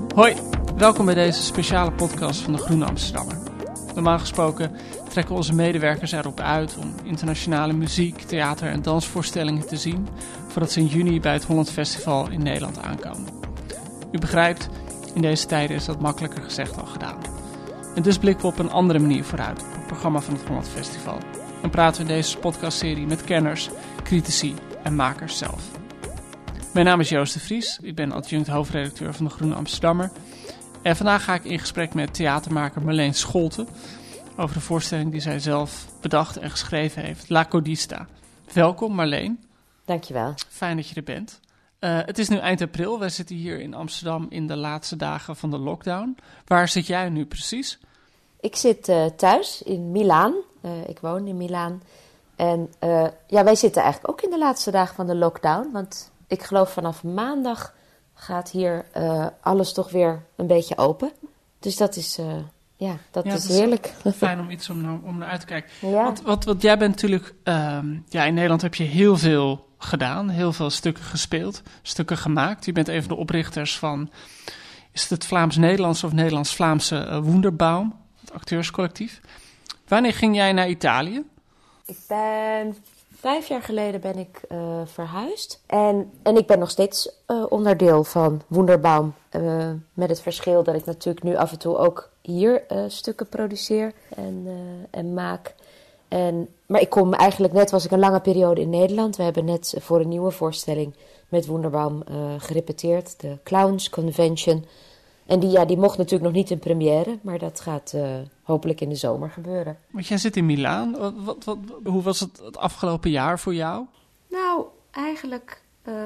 Hoi, welkom bij deze speciale podcast van de Groene Amsterdammer. Normaal gesproken trekken onze medewerkers erop uit om internationale muziek, theater en dansvoorstellingen te zien, voordat ze in juni bij het Holland Festival in Nederland aankomen. U begrijpt, in deze tijden is dat makkelijker gezegd dan gedaan. En dus blikken we op een andere manier vooruit op het programma van het Holland Festival. En praten we in deze podcastserie met kenners, critici en makers zelf. Mijn naam is Joost de Vries, ik ben adjunct hoofdredacteur van de Groene Amsterdammer. En vandaag ga ik in gesprek met theatermaker Marleen Scholten over de voorstelling die zij zelf bedacht en geschreven heeft, La Codista. Welkom Marleen. Dankjewel. Fijn dat je er bent. Het is nu eind april, wij zitten hier in Amsterdam in de laatste dagen van de lockdown. Waar zit jij nu precies? Ik zit thuis in Milaan, ik woon in Milaan. En wij zitten eigenlijk ook in de laatste dagen van de lockdown, want ik geloof vanaf maandag gaat hier alles toch weer een beetje open. Dus dat is, dat is heerlijk. Fijn om iets om naar uit te kijken. Ja. Want jij bent natuurlijk, in Nederland heb je heel veel gedaan, heel veel stukken gespeeld, stukken gemaakt. Je bent een van de oprichters van, is het Vlaams-Nederlands of Nederlands-Vlaamse Wunderbaum, het acteurscollectief. Wanneer ging jij naar Italië? Ik ben 5 jaar geleden ben ik verhuisd. En ik ben nog steeds onderdeel van Wunderbaum. Met het verschil dat ik natuurlijk nu af en toe ook hier stukken produceer en maak. Maar ik kom eigenlijk net, was ik een lange periode in Nederland. We hebben net voor een nieuwe voorstelling met Wunderbaum gerepeteerd. De Clowns Convention. En die mocht natuurlijk nog niet in première, maar dat gaat hopelijk in de zomer gebeuren. Want jij zit in Milaan. Hoe was het afgelopen jaar voor jou? Nou, eigenlijk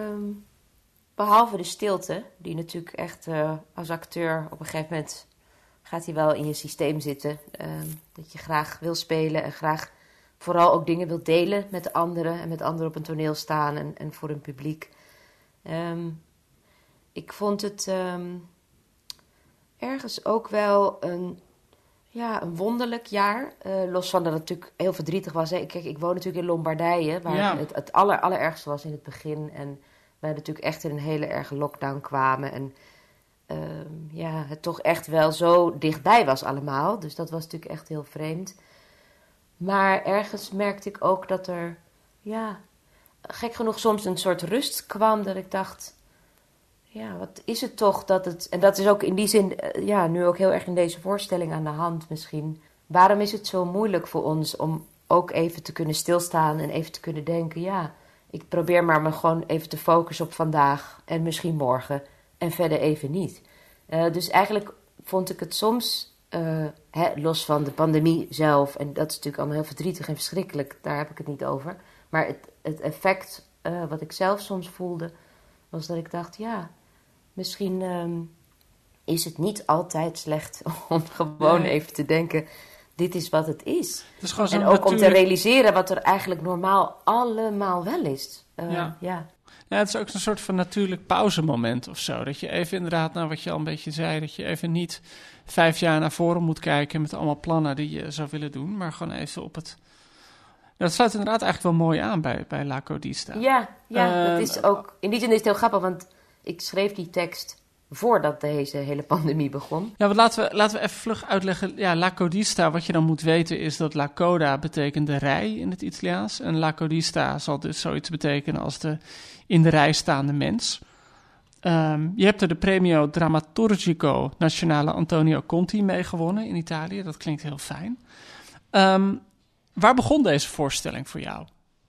behalve de stilte, die natuurlijk echt als acteur op een gegeven moment gaat hij wel in je systeem zitten. Dat je graag wil spelen en graag vooral ook dingen wil delen met anderen en met anderen op een toneel staan en voor een publiek. Ik vond het ergens ook wel een wonderlijk jaar. Los van dat het natuurlijk heel verdrietig was. Hè. Ik woon natuurlijk in Lombardije, waar het allerergste was in het begin. En wij natuurlijk echt in een hele erge lockdown kwamen. En het toch echt wel zo dichtbij was allemaal. Dus dat was natuurlijk echt heel vreemd. Maar ergens merkte ik ook dat er, gek genoeg soms een soort rust kwam. Dat ik dacht, wat is het toch dat het... En dat is ook in die zin, nu ook heel erg in deze voorstelling aan de hand misschien. Waarom is het zo moeilijk voor ons om ook even te kunnen stilstaan en even te kunnen denken... ik probeer maar me gewoon even te focussen op vandaag en misschien morgen en verder even niet. Dus eigenlijk vond ik het soms, los van de pandemie zelf... en dat is natuurlijk allemaal heel verdrietig en verschrikkelijk, daar heb ik het niet over. Maar het effect wat ik zelf soms voelde, was dat ik dacht... misschien is het niet altijd slecht om gewoon even te denken... dit is wat het is. En ook om te realiseren wat er eigenlijk normaal allemaal wel is. Ja, het is ook een soort van natuurlijk pauzemoment of zo. Dat je even inderdaad, wat je al een beetje zei... dat je even niet 5 jaar naar voren moet kijken... met allemaal plannen die je zou willen doen... maar gewoon even op het... Dat sluit inderdaad eigenlijk wel mooi aan bij La Codista. Dat is ook... In die zin is het heel grappig, want... Ik schreef die tekst voordat deze hele pandemie begon. Ja, laten we even vlug uitleggen. Ja, La Codista, wat je dan moet weten is dat La Coda betekent de rij in het Italiaans. En La Codista zal dus zoiets betekenen als de in de rij staande mens. Je hebt er de Premio Drammaturgico Nazionale Antonio Conti mee gewonnen in Italië. Dat klinkt heel fijn. Waar begon deze voorstelling voor jou?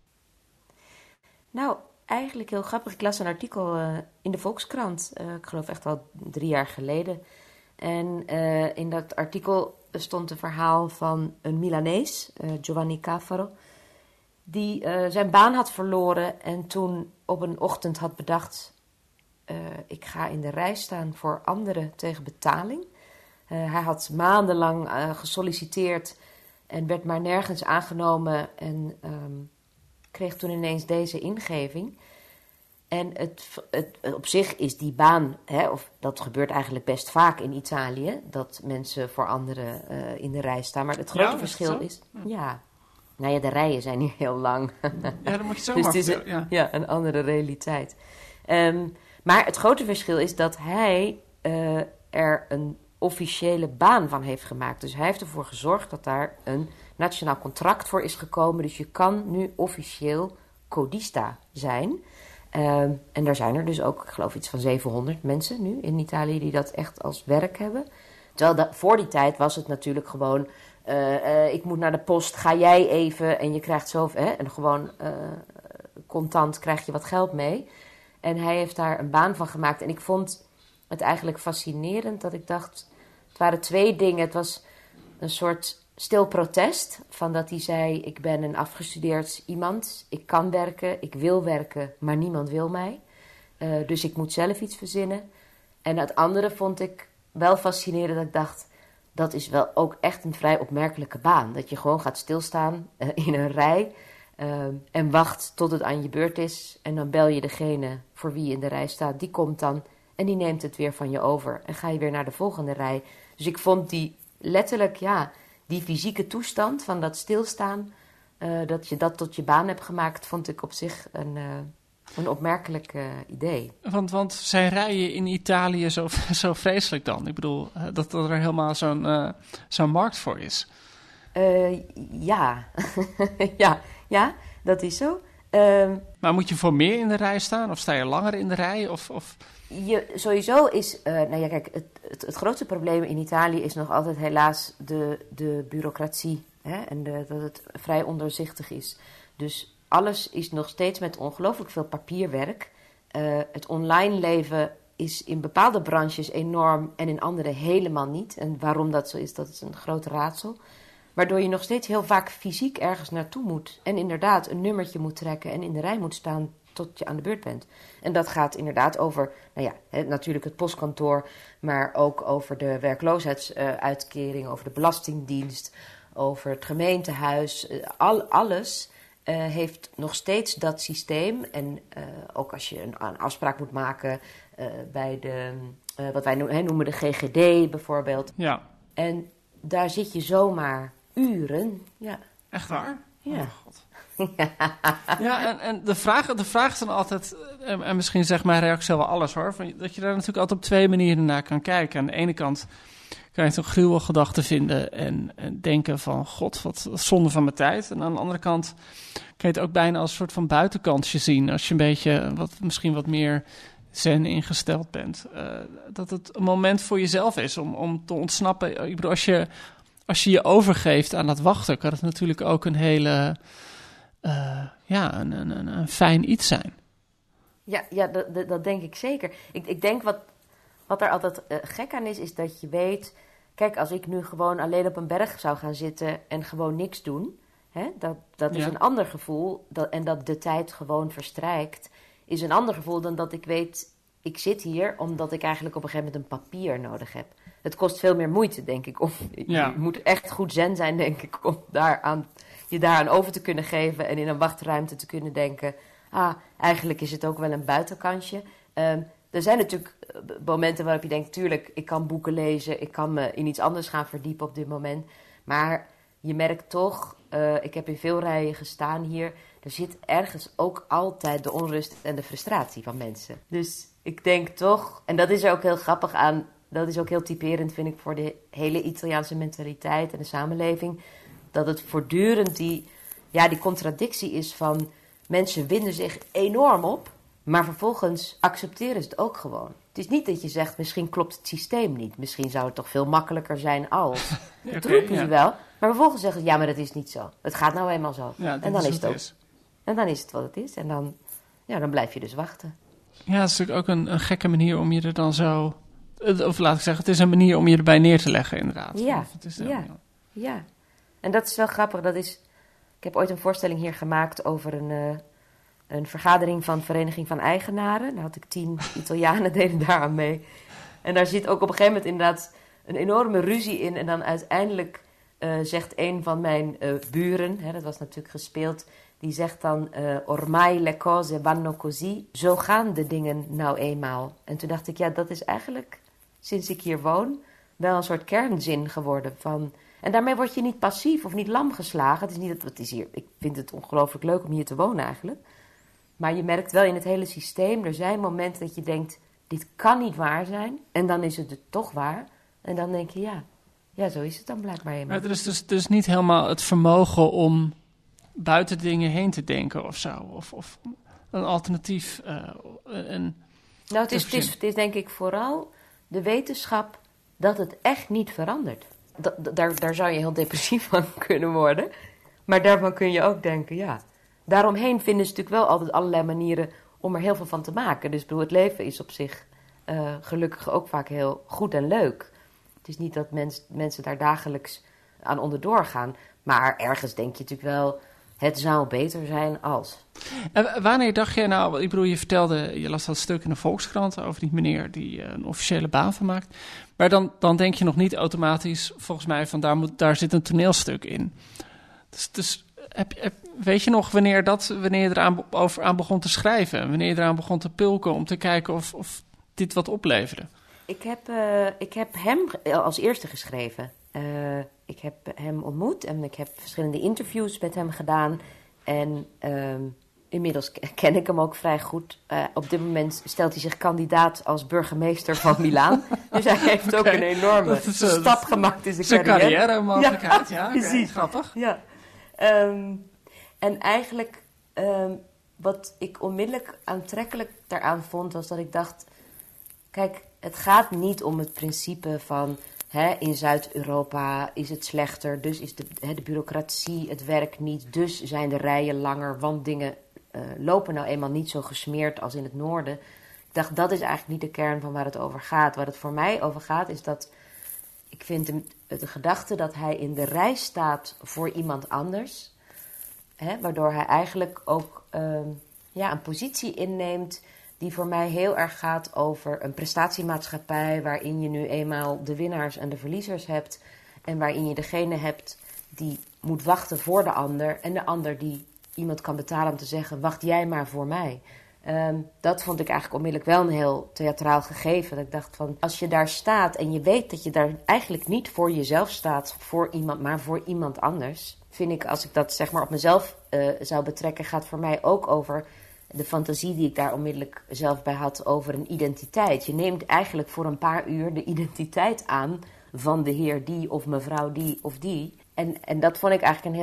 Nou... Eigenlijk heel grappig. Ik las een artikel in de Volkskrant. Ik geloof echt al 3 jaar geleden. En in dat artikel stond een verhaal van een Milanees, Giovanni Cafaro, die zijn baan had verloren en toen op een ochtend had bedacht... ik ga in de rij staan voor anderen tegen betaling. Hij had maandenlang gesolliciteerd en werd maar nergens aangenomen en... kreeg toen ineens deze ingeving. En het op zich is die baan... of dat gebeurt eigenlijk best vaak in Italië... dat mensen voor anderen in de rij staan. Maar het grote verschil is... de rijen zijn hier heel lang. Ja, dat moet je zo dus het is een andere realiteit. Maar het grote verschil is dat hij er een officiële baan van heeft gemaakt. Dus hij heeft ervoor gezorgd dat daar een nationaal contract voor is gekomen. Dus je kan nu officieel codista zijn. En daar zijn er dus ook, ik geloof iets van 700 mensen nu in Italië die dat echt als werk hebben. Terwijl voor die tijd was het natuurlijk gewoon, ik moet naar de post, ga jij even en je krijgt zoveel, en gewoon contant krijg je wat geld mee. En hij heeft daar een baan van gemaakt. En ik vond het eigenlijk fascinerend dat ik dacht, het waren 2 dingen. Het was een soort stil protest, van dat hij zei, ik ben een afgestudeerd iemand, ik kan werken, ik wil werken, maar niemand wil mij. Dus ik moet zelf iets verzinnen. En het andere vond ik wel fascinerend, dat ik dacht, dat is wel ook echt een vrij opmerkelijke baan. Dat je gewoon gaat stilstaan in een rij en wacht tot het aan je beurt is. En dan bel je degene voor wie je in de rij staat, die komt dan en die neemt het weer van je over. En ga je weer naar de volgende rij. Dus ik vond die letterlijk, die fysieke toestand van dat stilstaan, dat je dat tot je baan hebt gemaakt, vond ik op zich een opmerkelijk idee. Want zijn rijen in Italië zo vreselijk dan? Ik bedoel, dat er helemaal zo'n markt voor is. Ja. ja, dat is zo. Maar moet je voor meer in de rij staan? Of sta je langer in de rij? Of... Sowieso is, kijk, het grootste probleem in Italië is nog altijd helaas de bureaucratie. Hè? En dat het vrij ondoorzichtig is. Dus alles is nog steeds met ongelooflijk veel papierwerk. Het online leven is in bepaalde branches enorm en in andere helemaal niet. En waarom dat zo is, dat is een groot raadsel. Waardoor je nog steeds heel vaak fysiek ergens naartoe moet. En inderdaad een nummertje moet trekken en in de rij moet staan tot je aan de beurt bent. En dat gaat inderdaad over, natuurlijk het postkantoor, maar ook over de werkloosheidsuitkering, over de belastingdienst, over het gemeentehuis. Alles heeft nog steeds dat systeem. En ook als je een afspraak moet maken bij wat wij noemen de GGD bijvoorbeeld. Ja. En daar zit je zomaar uren. Ja. Echt waar? Ja. Oh, God. Ja, en de vraag is dan altijd, en misschien zegt mijn reactie wel alles hoor, dat je daar natuurlijk altijd op 2 manieren naar kan kijken. Aan de ene kant kan je toch gruwelgedachten vinden en denken van, god, wat zonde van mijn tijd. En aan de andere kant kan je het ook bijna als een soort van buitenkantje zien, als je een beetje, misschien wat meer zen ingesteld bent. Dat het een moment voor jezelf is om te ontsnappen. Ik bedoel, als je je overgeeft aan dat wachten, kan het natuurlijk ook een hele... een fijn iets zijn. Ja, dat denk ik zeker. Ik denk wat er altijd gek aan is dat je weet... Kijk, als ik nu gewoon alleen op een berg zou gaan zitten en gewoon niks doen... Hè, dat is een ander gevoel. En dat de tijd gewoon verstrijkt, is een ander gevoel dan dat ik weet... Ik zit hier omdat ik eigenlijk op een gegeven moment een papier nodig heb. Het kost veel meer moeite, denk ik. Je moet echt goed zen zijn, denk ik, om je daaraan over te kunnen geven en in een wachtruimte te kunnen denken, eigenlijk is het ook wel een buitenkantje. Er zijn natuurlijk momenten waarop je denkt, tuurlijk, ik kan boeken lezen, ik kan me in iets anders gaan verdiepen op dit moment. Maar je merkt toch, ik heb in veel rijen gestaan hier, er zit ergens ook altijd de onrust en de frustratie van mensen. Dus ik denk toch, en dat is er ook heel grappig aan, dat is ook heel typerend, vind ik, voor de hele Italiaanse mentaliteit en de samenleving, dat het voortdurend die contradictie is van mensen winden zich enorm op, maar vervolgens accepteren ze het ook gewoon. Het is niet dat je zegt, misschien klopt het systeem niet. Misschien zou het toch veel makkelijker zijn als. Dat roepen ze wel. Maar vervolgens zeggen ze, maar dat is niet zo. Het gaat nou eenmaal zo. Ja, en dan is het ook. En dan is het wat het is. En dan blijf je dus wachten. Ja, het is natuurlijk ook een gekke manier om je er dan zo... Of laat ik zeggen, het is een manier om je erbij neer te leggen, inderdaad. Ja. En dat is wel grappig. Ik heb ooit een voorstelling hier gemaakt over een vergadering van Vereniging van Eigenaren. Daar had ik 10 Italianen deden daaraan mee. En daar zit ook op een gegeven moment inderdaad een enorme ruzie in. En dan uiteindelijk zegt een van mijn buren, dat was natuurlijk gespeeld, die zegt dan, ormai le cose vanno così, zo gaan de dingen nou eenmaal. En toen dacht ik, dat is eigenlijk, sinds ik hier woon, wel een soort kernzin geworden van... En daarmee word je niet passief of niet lam geslagen. Het is hier, ik vind het ongelooflijk leuk om hier te wonen eigenlijk. Maar je merkt wel in het hele systeem, er zijn momenten dat je denkt, dit kan niet waar zijn. En dan is het toch waar. En dan denk je, ja, zo is het dan blijkbaar helemaal. Maar er is dus niet helemaal het vermogen om buiten dingen heen te denken of zo. Of een alternatief. Het is denk ik vooral de wetenschap dat het echt niet verandert. Daar zou je heel depressief van kunnen worden. Maar daarvan kun je ook denken, ja. Daaromheen vinden ze natuurlijk wel altijd allerlei manieren om er heel veel van te maken. Dus het leven is op zich gelukkig ook vaak heel goed en leuk. Het is niet dat mensen daar dagelijks aan onderdoor gaan. Maar ergens denk je natuurlijk wel, het zou beter zijn als. En wanneer dacht jij nou, ik bedoel, je las dat stuk in de Volkskrant over die meneer die een officiële baan van maakt. Maar dan denk je nog niet automatisch, volgens mij, van daar zit een toneelstuk in. Dus weet je nog wanneer je eraan begon te schrijven? Wanneer je eraan begon te pulken om te kijken of dit wat opleverde? Ik heb hem als eerste geschreven. Ik heb hem ontmoet en ik heb verschillende interviews met hem gedaan. En inmiddels ken ik hem ook vrij goed. Op dit moment stelt hij zich kandidaat als burgemeester van Milaan. Dus hij heeft ook een enorme stap gemaakt in zijn carrière. Zijn carrière-mogelijkheid, ja. Precies. Grappig. Ja. En eigenlijk wat ik onmiddellijk aantrekkelijk daaraan vond, was dat ik dacht, kijk, het gaat niet om het principe van in Zuid-Europa is het slechter, dus is de bureaucratie, het werkt niet, dus zijn de rijen langer, want dingen lopen nou eenmaal niet zo gesmeerd als in het noorden. Ik dacht, dat is eigenlijk niet de kern van waar het over gaat. Waar het voor mij over gaat is dat ik vind de gedachte dat hij in de rij staat voor iemand anders, waardoor hij eigenlijk ook een positie inneemt die voor mij heel erg gaat over een prestatiemaatschappij waarin je nu eenmaal de winnaars en de verliezers hebt en waarin je degene hebt die moet wachten voor de ander en de ander die iemand kan betalen om te zeggen, wacht jij maar voor mij. Dat vond ik eigenlijk onmiddellijk wel een heel theatraal gegeven. Dat ik dacht van, als je daar staat en je weet dat je daar eigenlijk niet voor jezelf staat, voor iemand, maar voor iemand anders, vind ik, als ik dat zeg maar op mezelf zou betrekken, gaat voor mij ook over de fantasie die ik daar onmiddellijk zelf bij had over een identiteit. Je neemt eigenlijk voor een paar uur de identiteit aan van de heer die of mevrouw die of die. En dat vond ik eigenlijk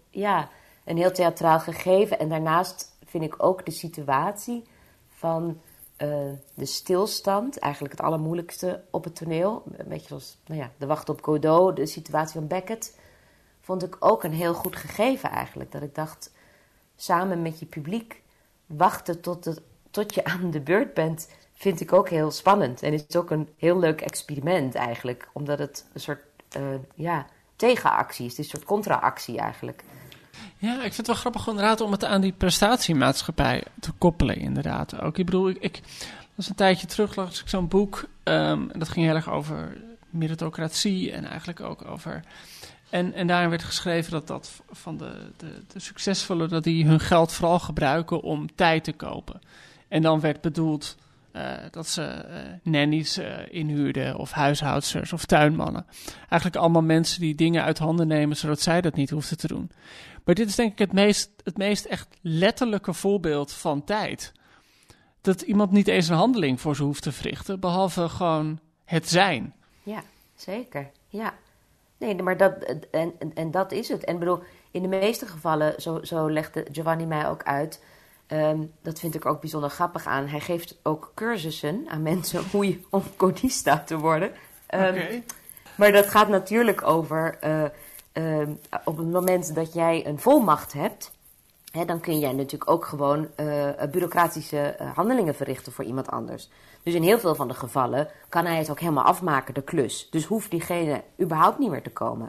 een heel theatraal gegeven. En daarnaast vind ik ook de situatie van de stilstand, eigenlijk het allermoeilijkste op het toneel. Een beetje zoals de wacht op Godot, de situatie van Beckett, vond ik ook een heel goed gegeven eigenlijk. Dat ik dacht, samen met je publiek wachten tot je aan de beurt bent, vind ik ook heel spannend. En is ook een heel leuk experiment eigenlijk. Omdat het een soort tegenactie is. Het is een soort contra-actie eigenlijk. Ja, ik vind het wel grappig inderdaad om het aan die prestatiemaatschappij te koppelen inderdaad. Ook, ik bedoel, ik was een tijdje terug, las ik zo'n boek. En dat ging heel erg over meritocratie en eigenlijk ook over. En daarin werd geschreven dat van de succesvollen, dat die hun geld vooral gebruiken om tijd te kopen. En dan werd bedoeld dat ze nannies inhuurden of huishoudsters of tuinmannen. Eigenlijk allemaal mensen die dingen uit handen nemen, zodat zij dat niet hoefden te doen. Maar dit is denk ik het meest echt letterlijke voorbeeld van tijd. Dat iemand niet eens een handeling voor ze hoeft te verrichten, behalve gewoon het zijn. Ja, zeker. Ja. Nee, maar dat is het. En bedoel, in de meeste gevallen, zo legde Giovanni mij ook uit, dat vind ik ook bijzonder grappig aan. Hij geeft ook cursussen aan mensen om codista te worden. Okay. Maar dat gaat natuurlijk over op het moment dat jij een volmacht hebt, dan kun jij natuurlijk ook gewoon bureaucratische handelingen verrichten voor iemand anders. Dus in heel veel van de gevallen kan hij het ook helemaal afmaken, de klus. Dus hoeft diegene überhaupt niet meer te komen.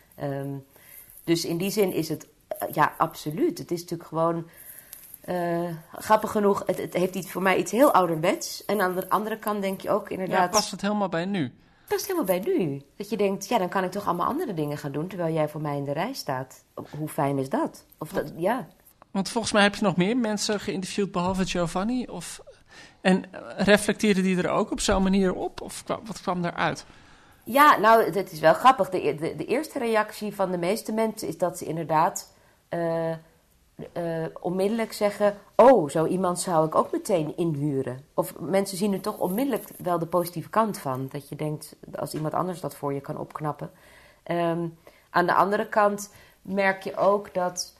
Dus in die zin is het, absoluut. Het is natuurlijk gewoon, grappig genoeg, het heeft voor mij iets heel ouderwets. En aan de andere kant denk je ook inderdaad. Ja, past het helemaal bij nu? Past helemaal bij nu. Dat je denkt, dan kan ik toch allemaal andere dingen gaan doen, terwijl jij voor mij in de rij staat. Hoe fijn is dat? Want volgens mij heb je nog meer mensen geïnterviewd behalve Giovanni. En reflecteerden die er ook op zo'n manier op? Of wat kwam daaruit? Ja, nou, het is wel grappig. De eerste reactie van de meeste mensen is dat ze inderdaad onmiddellijk zeggen... oh, zo iemand zou ik ook meteen inhuren. Of mensen zien er toch onmiddellijk wel de positieve kant van. Dat je denkt, als iemand anders dat voor je kan opknappen. Aan de andere kant merk je ook dat...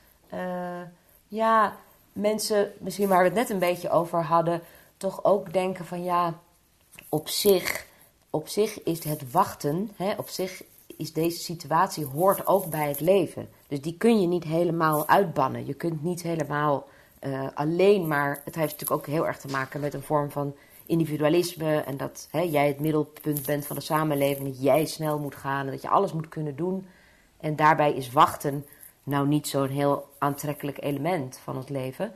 mensen, misschien waar we het net een beetje over hadden... toch ook denken van op zich is het wachten... op zich is deze situatie hoort ook bij het leven. Dus die kun je niet helemaal uitbannen. Je kunt niet helemaal alleen maar... Het heeft natuurlijk ook heel erg te maken met een vorm van individualisme... en dat jij het middelpunt bent van de samenleving... dat jij snel moet gaan en dat je alles moet kunnen doen. En daarbij is wachten nou niet zo'n heel aantrekkelijk element van het leven.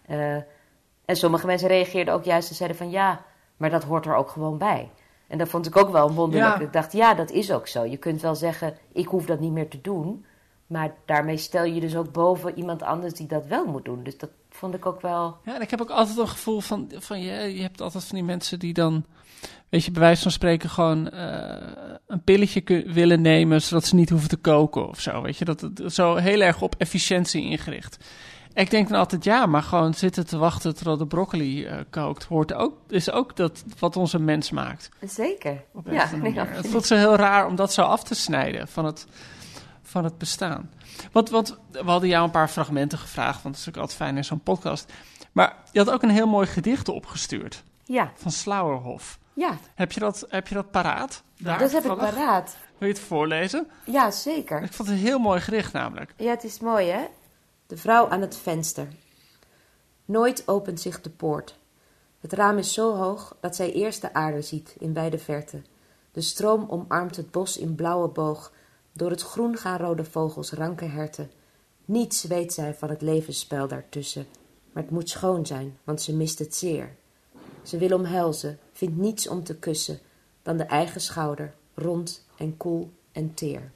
En sommige mensen reageerden ook juist en zeiden van... maar dat hoort er ook gewoon bij. En dat vond ik ook wel wonderlijk. Ja. Ik dacht, dat is ook zo. Je kunt wel zeggen, ik hoef dat niet meer te doen... maar daarmee stel je dus ook boven iemand anders die dat wel moet doen. Dus dat vond ik ook wel... Ja, en ik heb ook altijd een gevoel van je hebt altijd van die mensen die dan... weet je, bij wijze van spreken gewoon een pilletje willen nemen... zodat ze niet hoeven te koken of zo. Weet je, dat het zo heel erg op efficiëntie ingericht. Ik denk dan altijd, maar gewoon zitten te wachten terwijl de broccoli kookt... is ook dat wat onze mens maakt. Zeker. Het voelt zo heel raar om dat zo af te snijden van het bestaan. Want we hadden jou een paar fragmenten gevraagd... want dat is ook altijd fijn in zo'n podcast. Maar je had ook een heel mooi gedicht opgestuurd. Ja. Van Slauerhoff. Ja. Heb je dat paraat? Dat heb ik paraat. Wil je het voorlezen? Ja, zeker. Ik vond het een heel mooi gedicht namelijk. Ja, het is mooi, hè? De vrouw aan het venster. Nooit opent zich de poort. Het raam is zo hoog dat zij eerst de aarde ziet in wijde verte. De stroom omarmt het bos in blauwe boog. Door het groen gaan rode vogels, ranke herten. Niets weet zij van het levensspel daartussen. Maar het moet schoon zijn, want ze mist het zeer. Ze wil omhelzen, vindt niets om te kussen... dan de eigen schouder, rond en koel en teer.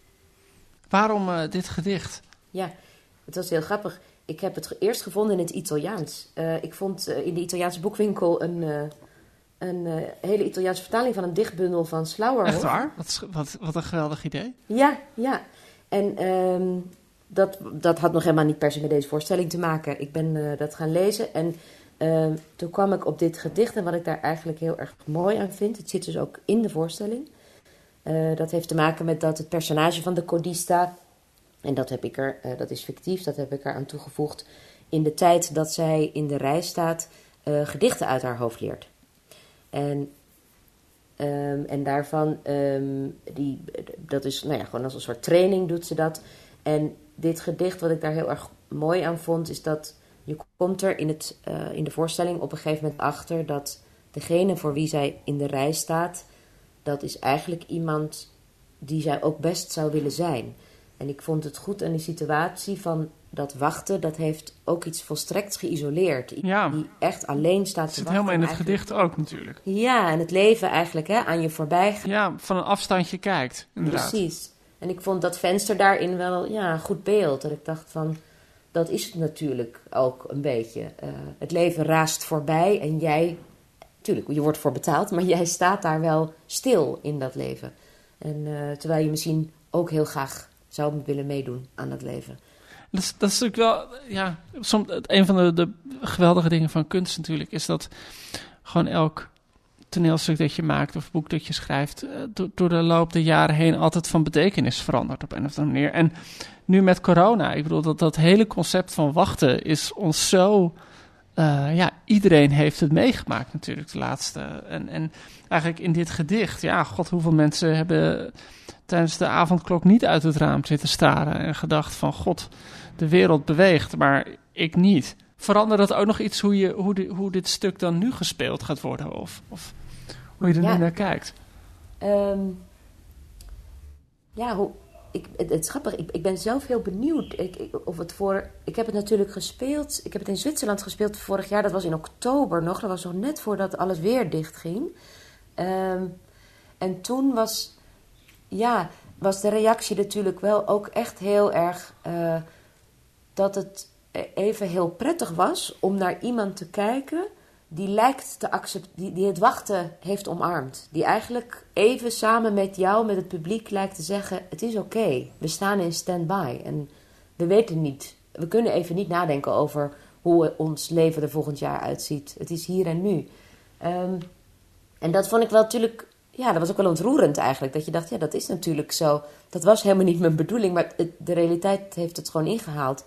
Waarom dit gedicht? Ja, het was heel grappig. Ik heb het eerst gevonden in het Italiaans. Ik vond in de Italiaanse boekwinkel een hele Italiaanse vertaling van een dichtbundel van Slauerhoff. Echt waar? Wat een geweldig idee. Ja. En dat had nog helemaal niet per se met deze voorstelling te maken. Ik ben dat gaan lezen en toen kwam ik op dit gedicht. En wat ik daar eigenlijk heel erg mooi aan vind, het zit dus ook in de voorstelling. Dat heeft te maken met dat het personage van de codista... en dat is fictief, dat heb ik er aan toegevoegd... in de tijd dat zij in de rij staat, gedichten uit haar hoofd leert. En daarvan, dat is gewoon als een soort training doet ze dat. En dit gedicht, wat ik daar heel erg mooi aan vond... is dat je komt er in de voorstelling op een gegeven moment achter... dat degene voor wie zij in de rij staat... dat is eigenlijk iemand die zij ook best zou willen zijn... En ik vond het goed aan die situatie van dat wachten... dat heeft ook iets volstrekt geïsoleerd. Die echt alleen staat te wachten. Het zit helemaal in het gedicht ook natuurlijk. Ja, en het leven eigenlijk aan je voorbij gaat. Ja, van een afstandje kijkt, inderdaad. Precies. En ik vond dat venster daarin wel een goed beeld. Dat ik dacht van, dat is het natuurlijk ook een beetje. Het leven raast voorbij en jij... Tuurlijk, je wordt voor betaald, maar jij staat daar wel stil in dat leven. En terwijl je misschien ook heel graag... zou willen meedoen aan het leven. Dat is natuurlijk wel, een van de geweldige dingen van kunst natuurlijk... is dat gewoon elk toneelstuk dat je maakt of boek dat je schrijft... door de loop der jaren heen altijd van betekenis verandert op een of andere manier. En nu met corona, ik bedoel, dat hele concept van wachten is ons zo... iedereen heeft het meegemaakt natuurlijk, de laatste. En eigenlijk in dit gedicht, god, hoeveel mensen hebben... tijdens de avondklok niet uit het raam zitten staren... en gedacht van, god, de wereld beweegt, maar ik niet. Verandert dat ook nog iets hoe dit stuk dan nu gespeeld gaat worden? Of hoe je er nu naar kijkt? Het is grappig. Ik ben zelf heel benieuwd. Ik heb het natuurlijk gespeeld... Ik heb het in Zwitserland gespeeld vorig jaar. Dat was in oktober nog. Dat was nog net voordat alles weer dicht ging. En toen was de reactie natuurlijk wel ook echt heel erg... dat het even heel prettig was om naar iemand te kijken... die lijkt te accepteren, die het wachten heeft omarmd. Die eigenlijk even samen met jou, met het publiek, lijkt te zeggen... het is oké, we staan in stand-by. En we weten niet we kunnen even niet nadenken over hoe ons leven er volgend jaar uitziet. Het is hier en nu. En dat vond ik wel natuurlijk... Ja, dat was ook wel ontroerend eigenlijk. Dat je dacht, ja, dat is natuurlijk zo. Dat was helemaal niet mijn bedoeling, maar de realiteit heeft het gewoon ingehaald.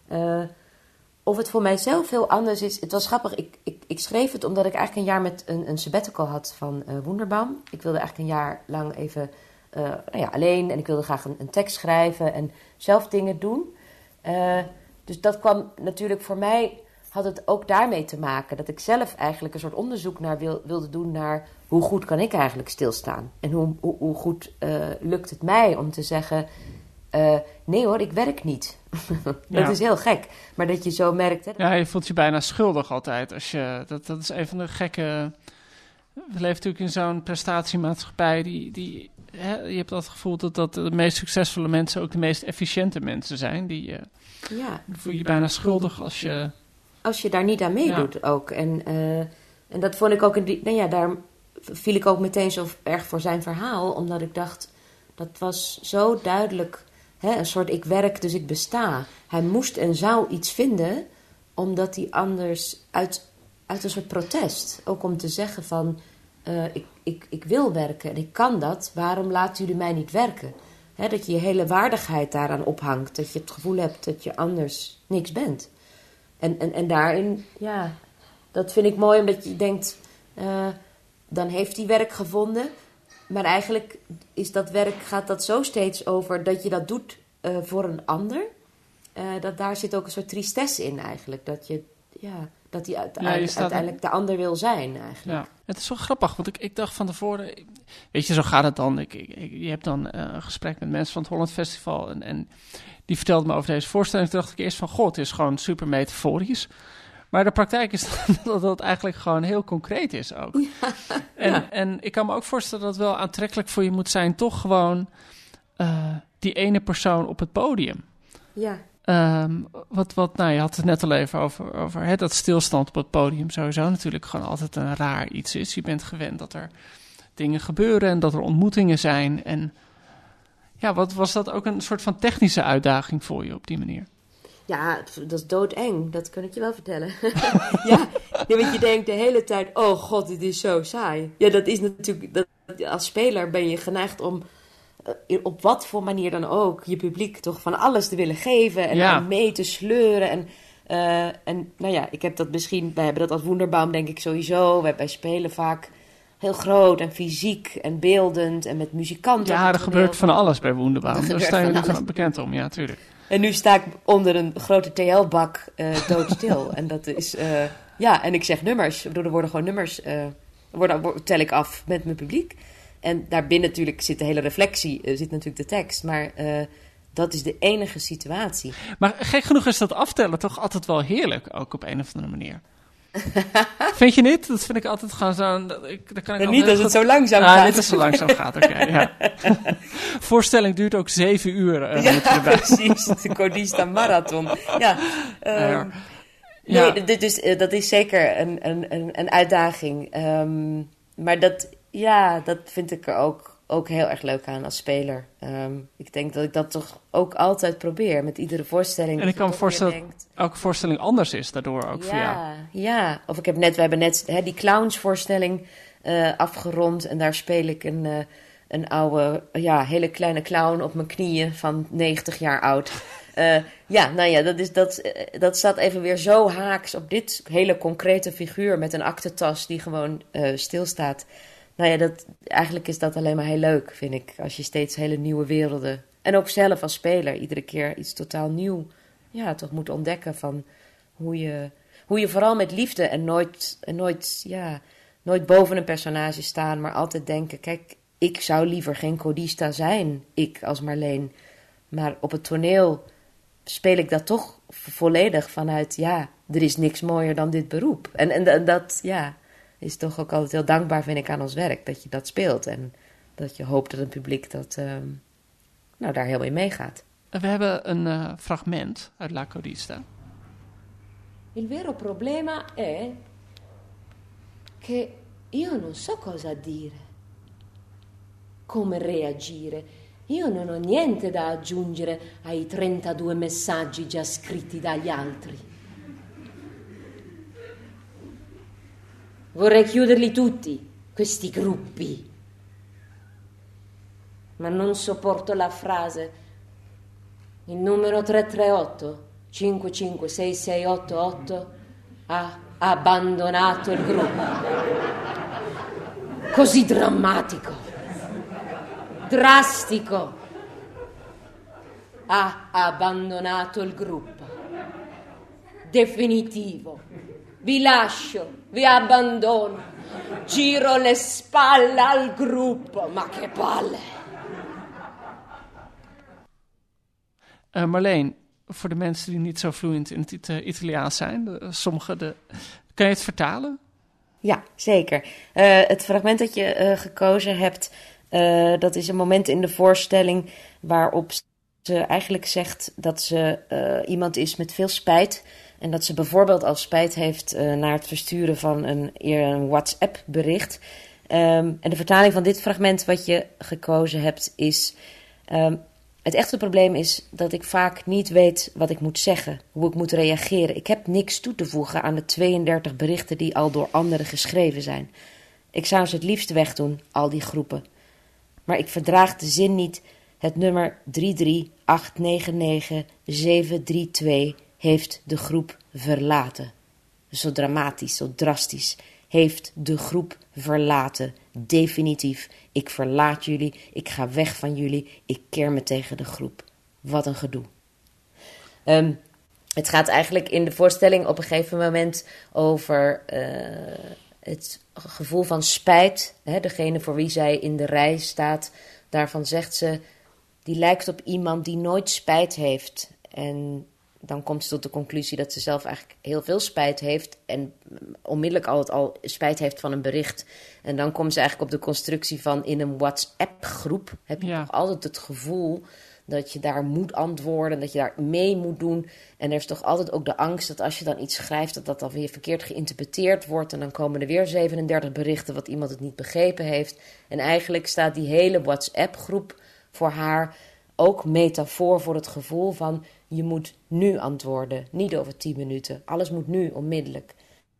Of het voor mijzelf heel anders is... Het was grappig, ik schreef het omdat ik eigenlijk een jaar met een sabbatical had van Wunderbaum. Ik wilde eigenlijk een jaar lang even alleen en ik wilde graag een tekst schrijven en zelf dingen doen. Dus dat kwam natuurlijk voor mij... had het ook daarmee te maken dat ik zelf eigenlijk een soort onderzoek naar wilde doen naar hoe goed kan ik eigenlijk stilstaan? En hoe goed lukt het mij om te zeggen, nee hoor, ik werk niet. Dat is heel gek. Maar dat je zo merkt... Hè, ja, je voelt je bijna schuldig altijd. Als je, dat is een van de gekke... We leven natuurlijk in zo'n prestatiemaatschappij je hebt dat gevoel dat de meest succesvolle mensen ook de meest efficiënte mensen zijn. Dan voel je je bijna schuldig als je daar niet aan meedoet ook. En dat vond ik ook... daar viel ik ook meteen zo erg voor zijn verhaal. Omdat ik dacht, dat was zo duidelijk... een soort ik werk, dus ik besta. Hij moest en zou iets vinden... omdat hij anders uit een soort protest... ook om te zeggen van... ik wil werken en ik kan dat. Waarom laten jullie mij niet werken? Dat je je hele waardigheid daaraan ophangt. Dat je het gevoel hebt dat je anders niks bent. En daarin, ja, dat vind ik mooi omdat je denkt, dan heeft hij werk gevonden. Maar eigenlijk gaat dat zo steeds over dat je dat doet voor een ander. Daar zit ook een soort tristesse in eigenlijk. Dat hij uiteindelijk de ander wil zijn eigenlijk. Ja, het is zo grappig, want ik dacht van tevoren, weet je, zo gaat het dan. Je hebt dan een gesprek met mensen van het Holland Festival en die vertelde me over deze voorstelling. Toen dacht ik eerst van, god, het is gewoon super metaforisch. Maar de praktijk is dat het eigenlijk gewoon heel concreet is ook. Ja. En ik kan me ook voorstellen dat het wel aantrekkelijk voor je moet zijn, toch gewoon die ene persoon op het podium. Ja. Je had het net al even over dat stilstand op het podium sowieso natuurlijk gewoon altijd een raar iets is. Je bent gewend dat er dingen gebeuren en dat er ontmoetingen zijn. En ja, wat was dat ook een soort van technische uitdaging voor je op die manier? Ja, dat is doodeng. Dat kan ik je wel vertellen. Ja, want je denkt de hele tijd, oh god, dit is zo saai. Ja, dat is natuurlijk, als speler ben je geneigd om op wat voor manier dan ook je publiek toch van alles te willen geven en mee te sleuren. En nou ja, ik heb dat misschien, wij hebben dat als Wunderbaum denk ik sowieso. Wij spelen vaak heel groot en fysiek en beeldend en met muzikanten. Ja, er gebeurt van alles bij Wunderbaum. Daar sta je natuurlijk bekend om, ja, tuurlijk. En nu sta ik onder een grote TL-bak doodstil. En dat is, en ik zeg nummers. Er worden gewoon nummers, tel ik af met mijn publiek. En daarbinnen natuurlijk zit de hele reflectie, zit natuurlijk de tekst. Maar dat is de enige situatie. Maar gek genoeg is dat aftellen toch altijd wel heerlijk, ook op een of andere manier. Vind je niet? Dat vind ik altijd gewoon zo. Niet als het zo langzaam gaat. Niet als het zo langzaam gaat, oké. Ja. Voorstelling duurt ook 7 uur. Ja, precies. De Codista Marathon. Ja. Nee, dat is zeker een uitdaging. Maar dat vind ik er ook heel erg leuk aan als speler. Ik denk dat ik dat toch ook altijd probeer met iedere voorstelling. En ik kan me voorstellen dat elke voorstelling anders is daardoor ook voor jou. Ja, of we hebben net die clownsvoorstelling afgerond. En daar speel ik een oude, hele kleine clown op mijn knieën van 90 jaar oud. Dat staat even weer zo haaks op dit hele concrete figuur met een aktentas die gewoon stilstaat. Eigenlijk is dat alleen maar heel leuk, vind ik. Als je steeds hele nieuwe werelden... En ook zelf als speler iedere keer iets totaal nieuw... toch moet ontdekken van hoe je vooral met liefde... en nooit boven een personage staan... maar altijd denken, kijk, ik zou liever geen Codista zijn. Ik als Marleen. Maar op het toneel speel ik dat toch volledig vanuit... er is niks mooier dan dit beroep. En dat, is toch ook altijd heel dankbaar, vind ik, aan ons werk. Dat je dat speelt en dat je hoopt dat het publiek dat daar heel mee meegaat. We hebben een fragment uit La Codista. Il vero problema è che io non so cosa dire, come reagire. Io non ho niente da aggiungere ai 32 messaggi già scritti dagli altri. Vorrei chiuderli tutti, questi gruppi. Ma non sopporto la frase. Il numero 338 556688 ha abbandonato il gruppo. Così drammatico, drastico. Ha abbandonato il gruppo. Definitivo. Vi lascio, vi abbandono. Giro le spalle al gruppo. Ma che palle. Marleen, voor de mensen die niet zo vloeiend in het Italiaans zijn, kan je het vertalen? Ja, zeker. Het fragment dat je gekozen hebt, dat is een moment in de voorstelling waarop ze eigenlijk zegt dat ze iemand is met veel spijt. En dat ze bijvoorbeeld al spijt heeft naar het versturen van een WhatsApp-bericht. En de vertaling van dit fragment wat je gekozen hebt is... Het echte probleem is dat ik vaak niet weet wat ik moet zeggen, hoe ik moet reageren. Ik heb niks toe te voegen aan de 32 berichten die al door anderen geschreven zijn. Ik zou ze het liefst wegdoen, al die groepen. Maar ik verdraag de zin niet. Het nummer 33899-732 heeft de groep verlaten. Zo dramatisch, zo drastisch. Heeft de groep verlaten. Definitief. Ik verlaat jullie. Ik ga weg van jullie. Ik keer me tegen de groep. Wat een gedoe. Het gaat eigenlijk in de voorstelling op een gegeven moment over het gevoel van spijt. Degene voor wie zij in de rij staat, daarvan zegt ze... die lijkt op iemand die nooit spijt heeft. En dan komt ze tot de conclusie dat ze zelf eigenlijk heel veel spijt heeft... en onmiddellijk al spijt heeft van een bericht. En dan komt ze eigenlijk op de constructie van... in een WhatsApp-groep heb je toch altijd het gevoel... dat je daar moet antwoorden, dat je daar mee moet doen. En er is toch altijd ook de angst dat als je dan iets schrijft... dat dat dan weer verkeerd geïnterpreteerd wordt... en dan komen er weer 37 berichten wat iemand het niet begrepen heeft. En eigenlijk staat die hele WhatsApp-groep voor haar... ook metafoor voor het gevoel van... je moet nu antwoorden, niet over 10 minuten. Alles moet nu, onmiddellijk.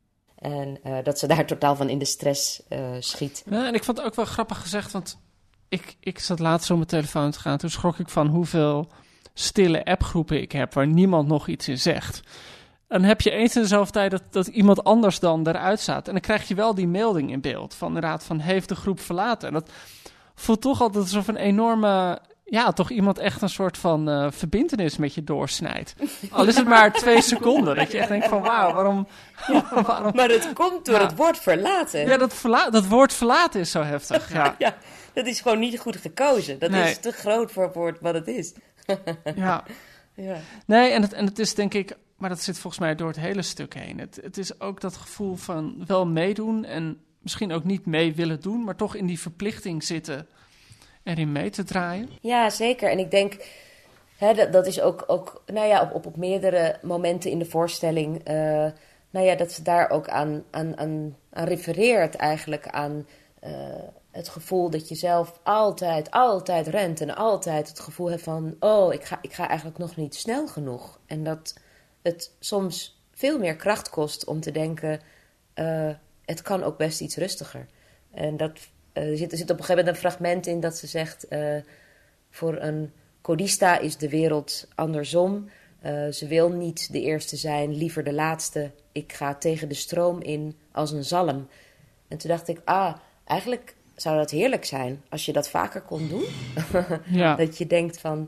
En dat ze daar totaal van in de stress schiet. Ja, en ik vond het ook wel grappig gezegd, want ik zat laatst op mijn telefoon te gaan. Toen schrok ik van hoeveel stille appgroepen ik heb waar niemand nog iets in zegt. En dan heb je eens in dezelfde tijd dat iemand anders dan eruit staat. En dan krijg je wel die melding in beeld van inderdaad van heeft de groep verlaten. En dat voelt toch altijd alsof een enorme... ja, toch iemand echt een soort van verbintenis met je doorsnijdt. Al is het maar 2 seconden. Dat je echt denkt van wauw, waarom... waarom? Maar dat komt door het woord verlaten. Ja, dat woord verlaten is zo heftig. Ja. Ja, dat is gewoon niet goed gekozen. Dat is te groot voor het woord wat het is. Ja. Ja. Nee, en het is denk ik... maar dat zit volgens mij door het hele stuk heen. Het is ook dat gevoel van wel meedoen... en misschien ook niet mee willen doen... maar toch in die verplichting zitten... erin mee te draaien. Ja, zeker. En ik denk, dat is ook nou ja, op meerdere momenten in de voorstelling... nou ja, dat ze daar ook aan refereert eigenlijk aan het gevoel dat je zelf altijd rent... en altijd het gevoel hebt van, oh, ik ga eigenlijk nog niet snel genoeg. En dat het soms veel meer kracht kost om te denken, het kan ook best iets rustiger. En dat... Er zit op een gegeven moment een fragment in dat ze zegt... voor een codista is de wereld andersom. Ze wil niet de eerste zijn, liever de laatste. Ik ga tegen de stroom in als een zalm. En toen dacht ik, eigenlijk zou dat heerlijk zijn... als je dat vaker kon doen. Ja. Dat je denkt van...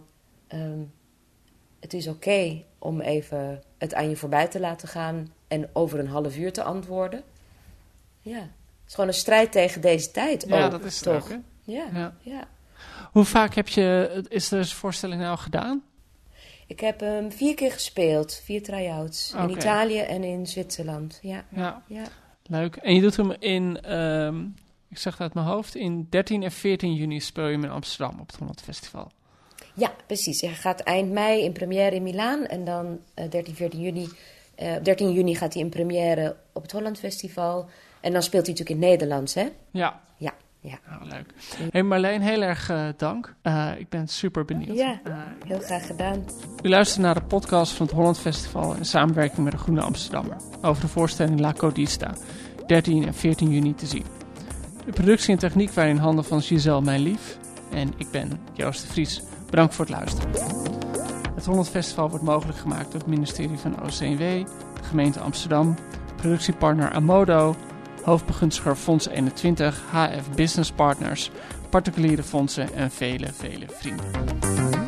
het is oké om even het aan je voorbij te laten gaan... en over een half uur te antwoorden. Ja. Het is gewoon een strijd tegen deze tijd. Ja, ook, dat is toch? leuk, hè? Ja. Hoe vaak is deze voorstelling nou gedaan? Ik heb hem 4 keer gespeeld. 4 try-outs. In Italië en in Zwitserland. Ja. Leuk. En je doet hem in, ik zeg het uit mijn hoofd... in 13 en 14 juni speel je hem in Amsterdam op het Holland Festival. Ja, precies. Hij gaat eind mei in première in Milaan. En dan 13 juni gaat hij in première op het Holland Festival... En dan speelt hij natuurlijk in het Nederlands, hè? Ja. Ja. Nou, leuk. Hey Marleen, heel erg dank. Ik ben super benieuwd. Ja, heel graag gedaan. U luistert naar de podcast van het Holland Festival in samenwerking met de Groene Amsterdammer over de voorstelling La Codista, 13 en 14 juni te zien. De productie en techniek waren in handen van Giselle Mijn Lief en ik ben Joost de Vries. Bedankt voor het luisteren. Het Holland Festival wordt mogelijk gemaakt door het ministerie van OCW, de gemeente Amsterdam, productiepartner Amodo, hoofdbegunstiger Fonds 21, HF Business Partners, particuliere fondsen en vele vrienden.